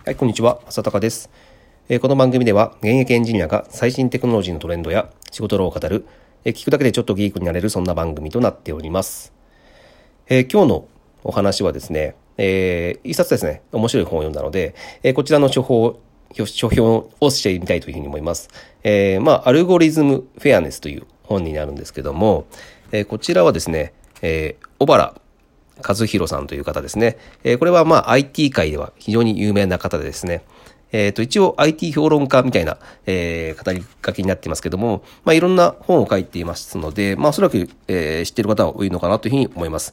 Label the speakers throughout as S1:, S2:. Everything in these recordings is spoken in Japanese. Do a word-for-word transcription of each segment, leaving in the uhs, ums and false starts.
S1: はい、こんにちは。浅高です。えーこの番組では現役エンジニアが最新テクノロジーのトレンドや仕事論を語る、えー聞くだけでちょっとギークになれるそんな番組となっております。えー今日のお話はですね、えー一冊ですね、面白い本を読んだので、えーこちらの書評、書評をしてみたいというふうに思います。えーまあ、アルゴリズムフェアネスという本になるんですけども、えーこちらはですね、えー小原和弘さんという方ですね。えーこれはまあ アイティー 界では非常に有名な方でですね。えっと、一応 アイティー 評論家みたいな、えー語り書きになっていますけども、まあいろんな本を書いていますので、まあおそらく、えー知っている方は多いのかなというふうに思います。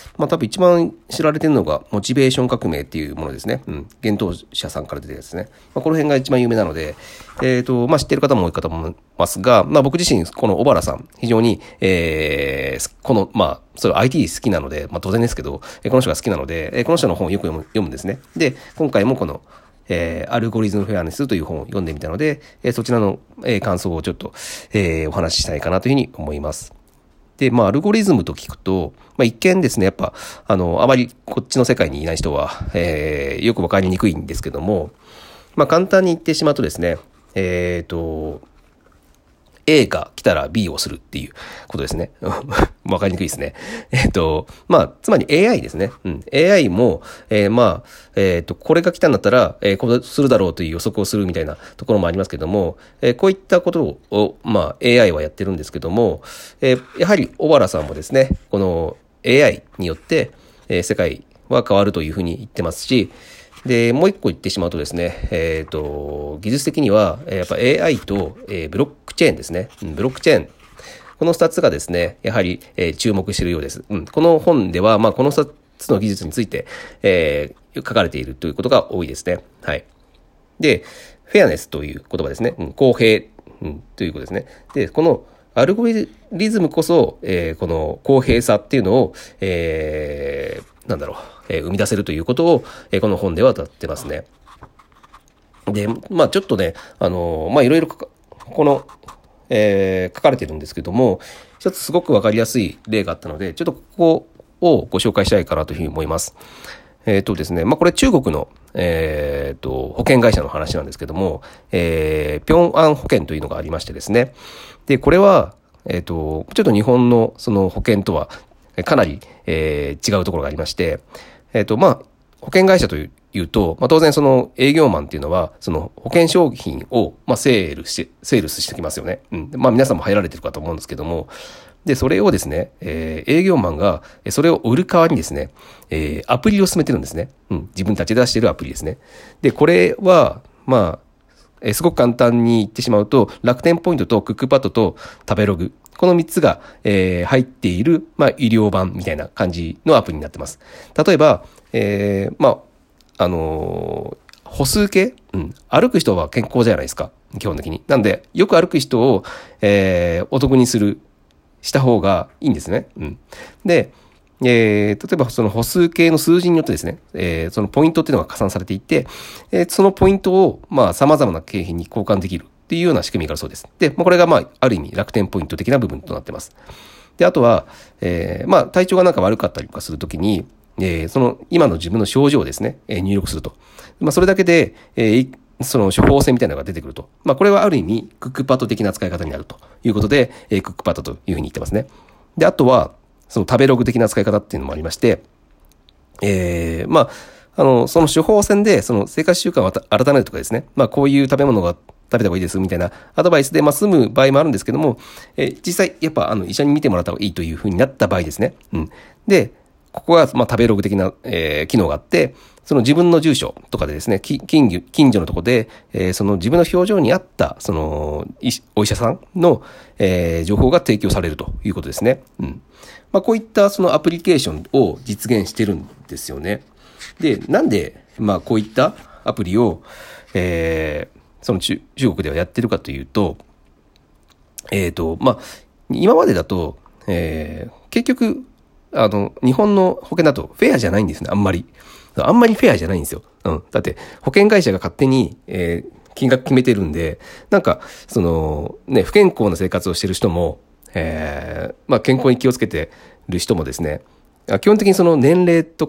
S1: まあ多分一番知られているのが、モチベーション革命っていうものですね。うん。幻冬舎さんから出てるやつですね。まあこの辺が一番有名なので、えっと、まあ知っている方も多いかと思いますが、まあ僕自身、この小原さん、非常に、えー、この、まあ、それ アイティー 好きなので、まあ当然ですけど、この人が好きなので、この人の本をよく読む、読むんですね。で、今回もこの、えー、アルゴリズムフェアネスという本を読んでみたので、えー、そちらの、えー、感想をちょっと、えー、お話ししたいかなというふうに思います。で、まあ、アルゴリズムと聞くと、まあ、一見ですね、やっぱ、あの、あまりこっちの世界にいない人は、えー、よくわかりにくいんですけども、まあ、簡単に言ってしまうとですね、えっと、A が来たら B をするっていうことですね。わかりにくいですね。えっと、まあ、つまり エーアイ ですね。うん。エーアイ も、えー、まあ、えっと、これが来たんだったら、えー、こうするだろうという予測をするみたいなところもありますけども、えー、こういったことを、まあ、エーアイ はやってるんですけども、えー、やはり小原さんもですね、この エーアイ によって、えー、世界は変わるというふうに言ってますし、で、もう一個言ってしまうとですね、えっと、技術的には、やっぱ エーアイ と、えー、ブロックチェーンですね。ブロックチェーン。この二つがですね、やはり、えー、注目しているようです。うん、この本では、まあ、この二つの技術について、えー、書かれているということが多いですね。はい。で、フェアネスという言葉ですね。うん、公平、うん、ということですね。で、このアルゴリズムこそ、えー、この公平さっていうのを、えー、なんだろう、えー、生み出せるということを、えー、この本では語ってますね。で、まあちょっとね、あのー、まあいろいろこの、えー、書かれてるんですけども、一つすごくわかりやすい例があったので、ちょっとここをご紹介したいかなというふうに思います。えっとですね、まあこれ中国の、えっと、保険会社の話なんですけども、えー、平安保険というのがありましてですね。で、これは、えっと、ちょっと日本のその保険とはかなり、えー、違うところがありまして、えっと、まあ、保険会社というと、まあ当然その営業マンっていうのは、その保険商品を、まあセールして、セールスしてきますよね。うん。まあ皆さんも入られてるかと思うんですけども、で、それをですね、えー、営業マンが、それを売る代わりにですね、えー、アプリを進めてるんですね。うん。自分たちで出しているアプリですね。で、これは、まあ、えー、すごく簡単に言ってしまうと、楽天ポイントとクックパッドと食べログ。このみっつが、えー、入っている、まあ、医療版みたいな感じのアプリになってます。例えば、えー、まあ、あのー、歩数計、うん、歩く人は健康じゃないですか。基本的に。なんで、よく歩く人を、えー、お得にする。した方がいいんですね。うん。で、えー、例えばその歩数計の数字によってですね、えー、そのポイントっていうのが加算されていて、えー、そのポイントを、まあ、様々な景品に交換できるっていうような仕組みがあるそうです。で、まあ、これがまあ、ある意味楽天ポイント的な部分となっています。で、あとは、えー、まあ、体調がなんか悪かったりとかするときに、えー、その、今の自分の症状をですね、えー、入力すると。まあ、それだけで、えー、その処方箋みたいなのが出てくると。まあ、これはある意味、クックパッド的な使い方になるということで、えー、クックパッドというふうに言ってますね。で、あとは、その食べログ的な使い方っていうのもありまして、えー、まあ、あの、その処方箋で、その生活習慣を改めるとかですね、まあ、こういう食べ物が食べた方がいいですみたいなアドバイスで、まあ、済む場合もあるんですけども、えー、実際、やっぱ、あの、医者に見てもらった方がいいというふうになった場合ですね。うん。で、ここが、まあ、食べログ的な、えー、機能があって、その自分の住所とかでですね、近所、近所のところで、えー、その自分の表情に合った、その、お医者さんの、えー、情報が提供されるということですね。うん。まあ、こういったそのアプリケーションを実現してるんですよね。で、なんで、まあ、こういったアプリを、えー、その中、中国ではやってるかというと、えっと、まあ、今までだと、えー、結局、あの、日本の保険だとフェアじゃないんですね、あんまり。あんまりフェアじゃないんですよ。うん。だって、保険会社が勝手に、えー、金額決めてるんで、なんか、その、ね、不健康な生活をしてる人も、えー、まあ、健康に気をつけてる人もですね、基本的にその年齢とか、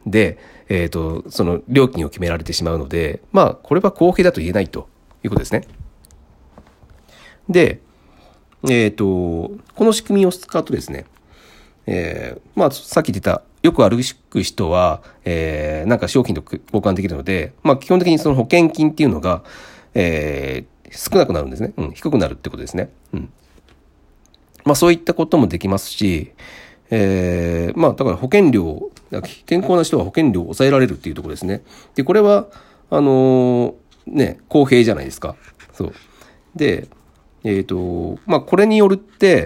S1: で、えーと、その料金を決められてしまうので、まあ、これは公平だと言えないということですね。で、えーと、この仕組みを使うとですね、えー、まあ、さっき言ってた、よく歩く人は、えー、なんか商品と交換できるので、まあ、基本的にその保険金っていうのが、えー、少なくなるんですね。うん、低くなるってことですね。うん。まあ、そういったこともできますし、えー、まあ、だから保険料、健康な人は保険料を抑えられるっていうところですね。で、これは、あのー、ね、公平じゃないですか。そう。で、えっと、まあ、これによるって、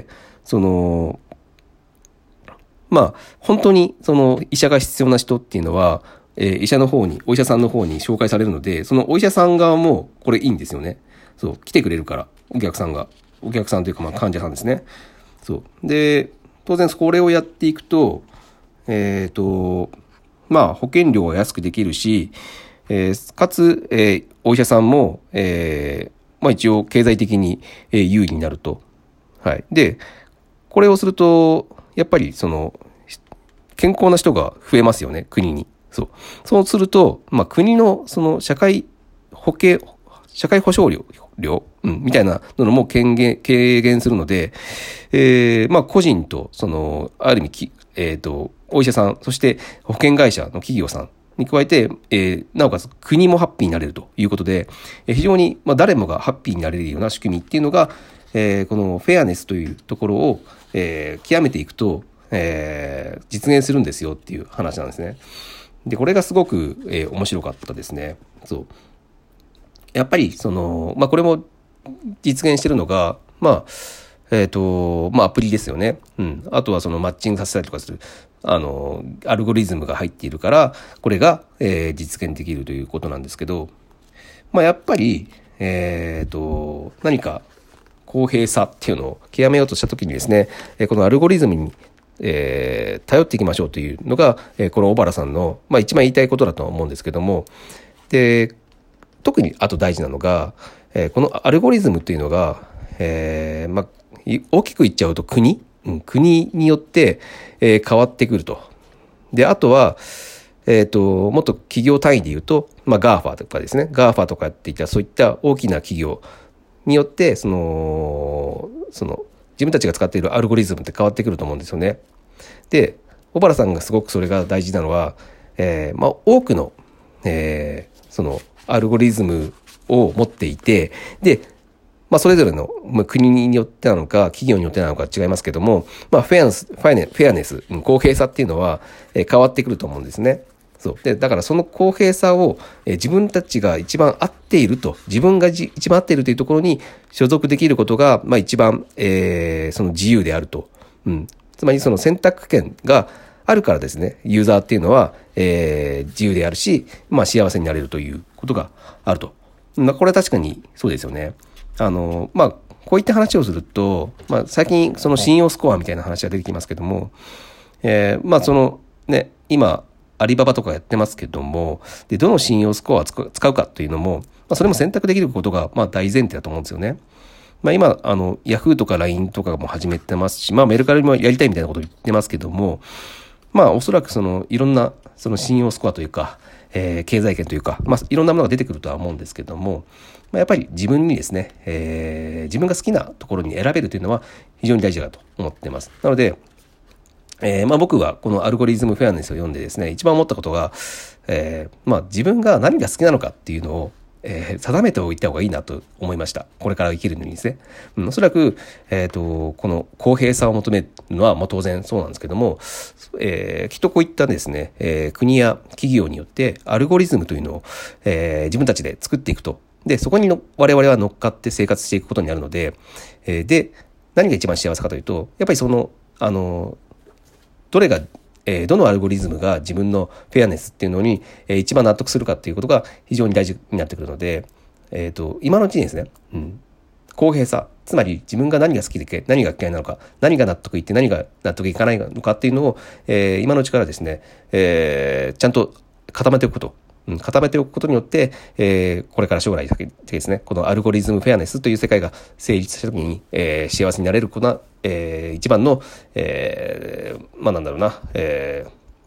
S1: その、まあ、本当に、その、医者が必要な人っていうのは、えー、医者の方に、お医者さんの方に紹介されるので、そのお医者さん側も、これいいんですよね。そう、来てくれるから、お客さんが。お客さんというか、まあ、患者さんですね。そう。で、当然、これをやっていくと、えっと、まあ、保険料は安くできるし、えー、かつ、えー、お医者さんも、えー、まあ一応経済的に有利になると。はい。で、これをすると、やっぱりその、健康な人が増えますよね、国に。そう。そうすると、まあ国のその社会保険、社会保障料、料、うん、みたいなのも軽減、軽減するので、えー、まあ個人と、その、ある意味き、えっと、お医者さん、そして保険会社の企業さん、に加えて、えー、なおかつ国もハッピーになれるということで、えー、非常に、まあ、誰もがハッピーになれるような仕組みっていうのが、えー、このフェアネスというところを、えー、極めていくと、えー、実現するんですよっていう話なんですね。で、これがすごく、えー、面白かったですね。そう。やっぱり、その、まあ、これも実現してるのが、まあ、えっと、まあ、アプリですよね。うん。あとはそのマッチングさせたりとかする、あの、アルゴリズムが入っているから、これが、えー、実現できるということなんですけど、まあ、やっぱり、えっと、何か公平さっていうのを極めようとしたときにですね、このアルゴリズムに、えー、頼っていきましょうというのが、この小原さんの、まあ、一番言いたいことだと思うんですけども、で、特にあと大事なのが、このアルゴリズムっていうのが、えー、まあ、大きく言っちゃうと国、うん、国によって、えー、変わってくると。で、あとは、えっと、もっと企業単位で言うと、まあ、ガーファ とかですね。ガーファ とかっていったそういった大きな企業によって、その、その、自分たちが使っているアルゴリズムって変わってくると思うんですよね。で、小原さんがすごくそれが大事なのは、えー、まあ、多くの、えー、その、アルゴリズムを持っていて、で、まあ、それぞれの国によってなのか、企業によってなのか違いますけども、まあ、フェアネス、ファイネ、フェアネス、公平さっていうのは、えー、変わってくると思うんですね。そう。で、だからその公平さを、えー、自分たちが一番合っていると、自分がじ一番合っているというところに所属できることが、まあ、一番、えー、その自由であると。うん。つまりその選択権があるからですね、ユーザーっていうのは、えー、自由であるし、まあ、幸せになれるということがあると。まあ、これは確かにそうですよね。あの、まあ、こういった話をすると、まあ、最近その信用スコアみたいな話が出てきますけども、えー、まあ、そのね、今、アリババとかやってますけども、で、どの信用スコアを使うかというのも、まあ、それも選択できることが、まあ、大前提だと思うんですよね。まあ、今、あの、ヤフーとか ライン とかも始めてますし、まあ、メルカリもやりたいみたいなことを言ってますけども、まあ、おそらくその、いろんな、その信用スコアというか、えー、経済圏というか、まあ、いろんなものが出てくるとは思うんですけども、まあ、やっぱり自分にですね、えー、自分が好きなところに選べるというのは非常に大事だと思っています。なので、えー、まあ僕はこのアルゴリズムフェアネスを読んでですね、一番思ったことが、えー、まあ自分が何が好きなのかっていうのを、えー、定めておいた方がいいなと思いました。これから生きるのにですね。うん、おそらく、えっと、この公平さを求めるのは、まあ当然そうなんですけども、えー、きっとこういったですね、えー、国や企業によってアルゴリズムというのを、えー、自分たちで作っていくと。で、そこにの我々は乗っかって生活していくことになるので、えー、で、何が一番幸せかというと、やっぱりその、あの、どれが、えー、どのアルゴリズムが自分のフェアネスっていうのに、えー、一番納得するかっていうことが非常に大事になってくるので、えっと、今のうちにですね、うん、公平さ、つまり自分が何が好きで何が嫌いなのか、何が納得いって何が納得いかないのかっていうのを、えー、今のうちからですね、えー、ちゃんと固めておくこと。うん、固めておくことによって、えー、これから将来ですね、このアルゴリズムフェアネスという世界が成立したときに、えー、幸せになれることは、えー、一番の、えー、まあなんだろうな、えー、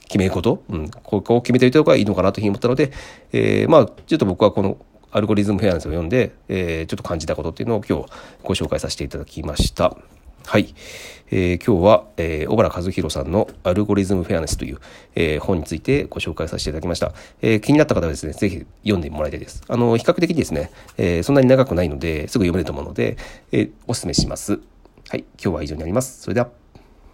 S1: 決めること、うん、ここを決めておいた方がいいのかなというふうに思ったので、えー、まあちょっと僕はこのアルゴリズムフェアネスを読んで、えー、ちょっと感じたことっていうのを今日ご紹介させていただきました。はい、えー、今日は、えー、小原和弘さんのアルゴリズムフェアネスという、えー、本についてご紹介させていただきました。えー、気になった方はですね、ぜひ読んでもらいたいです。あの比較的ですね、えー、そんなに長くないのですぐ読めると思うので、えー、お勧めします。はい、今日は以上になります。それでは。